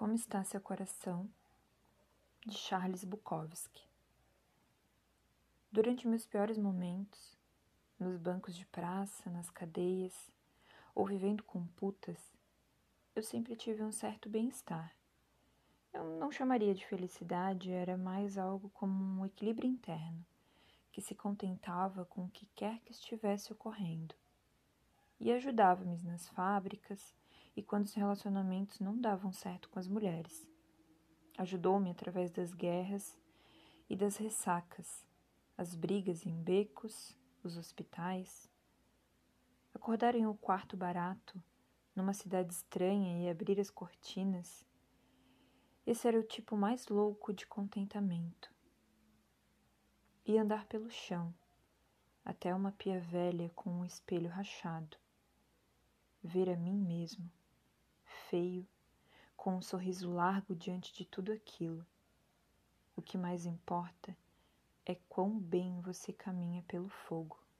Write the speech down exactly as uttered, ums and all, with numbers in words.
Como está seu coração? De Charles Bukowski. Durante meus piores momentos, nos bancos de praça, nas cadeias, ou vivendo com putas, eu sempre tive um certo bem-estar. Eu não chamaria de felicidade, era mais algo como um equilíbrio interno, que se contentava com o que quer que estivesse ocorrendo. E ajudava-me nas fábricas e quando os relacionamentos não davam certo com as mulheres. Ajudou-me através das guerras e das ressacas, as brigas em becos, os hospitais. Acordar em um quarto barato, numa cidade estranha e abrir as cortinas, esse era o tipo mais louco de contentamento. E andar pelo chão, até uma pia velha com um espelho rachado. Ver a mim mesmo, feio, com um sorriso largo diante de tudo aquilo. O que mais importa é quão bem você caminha pelo fogo.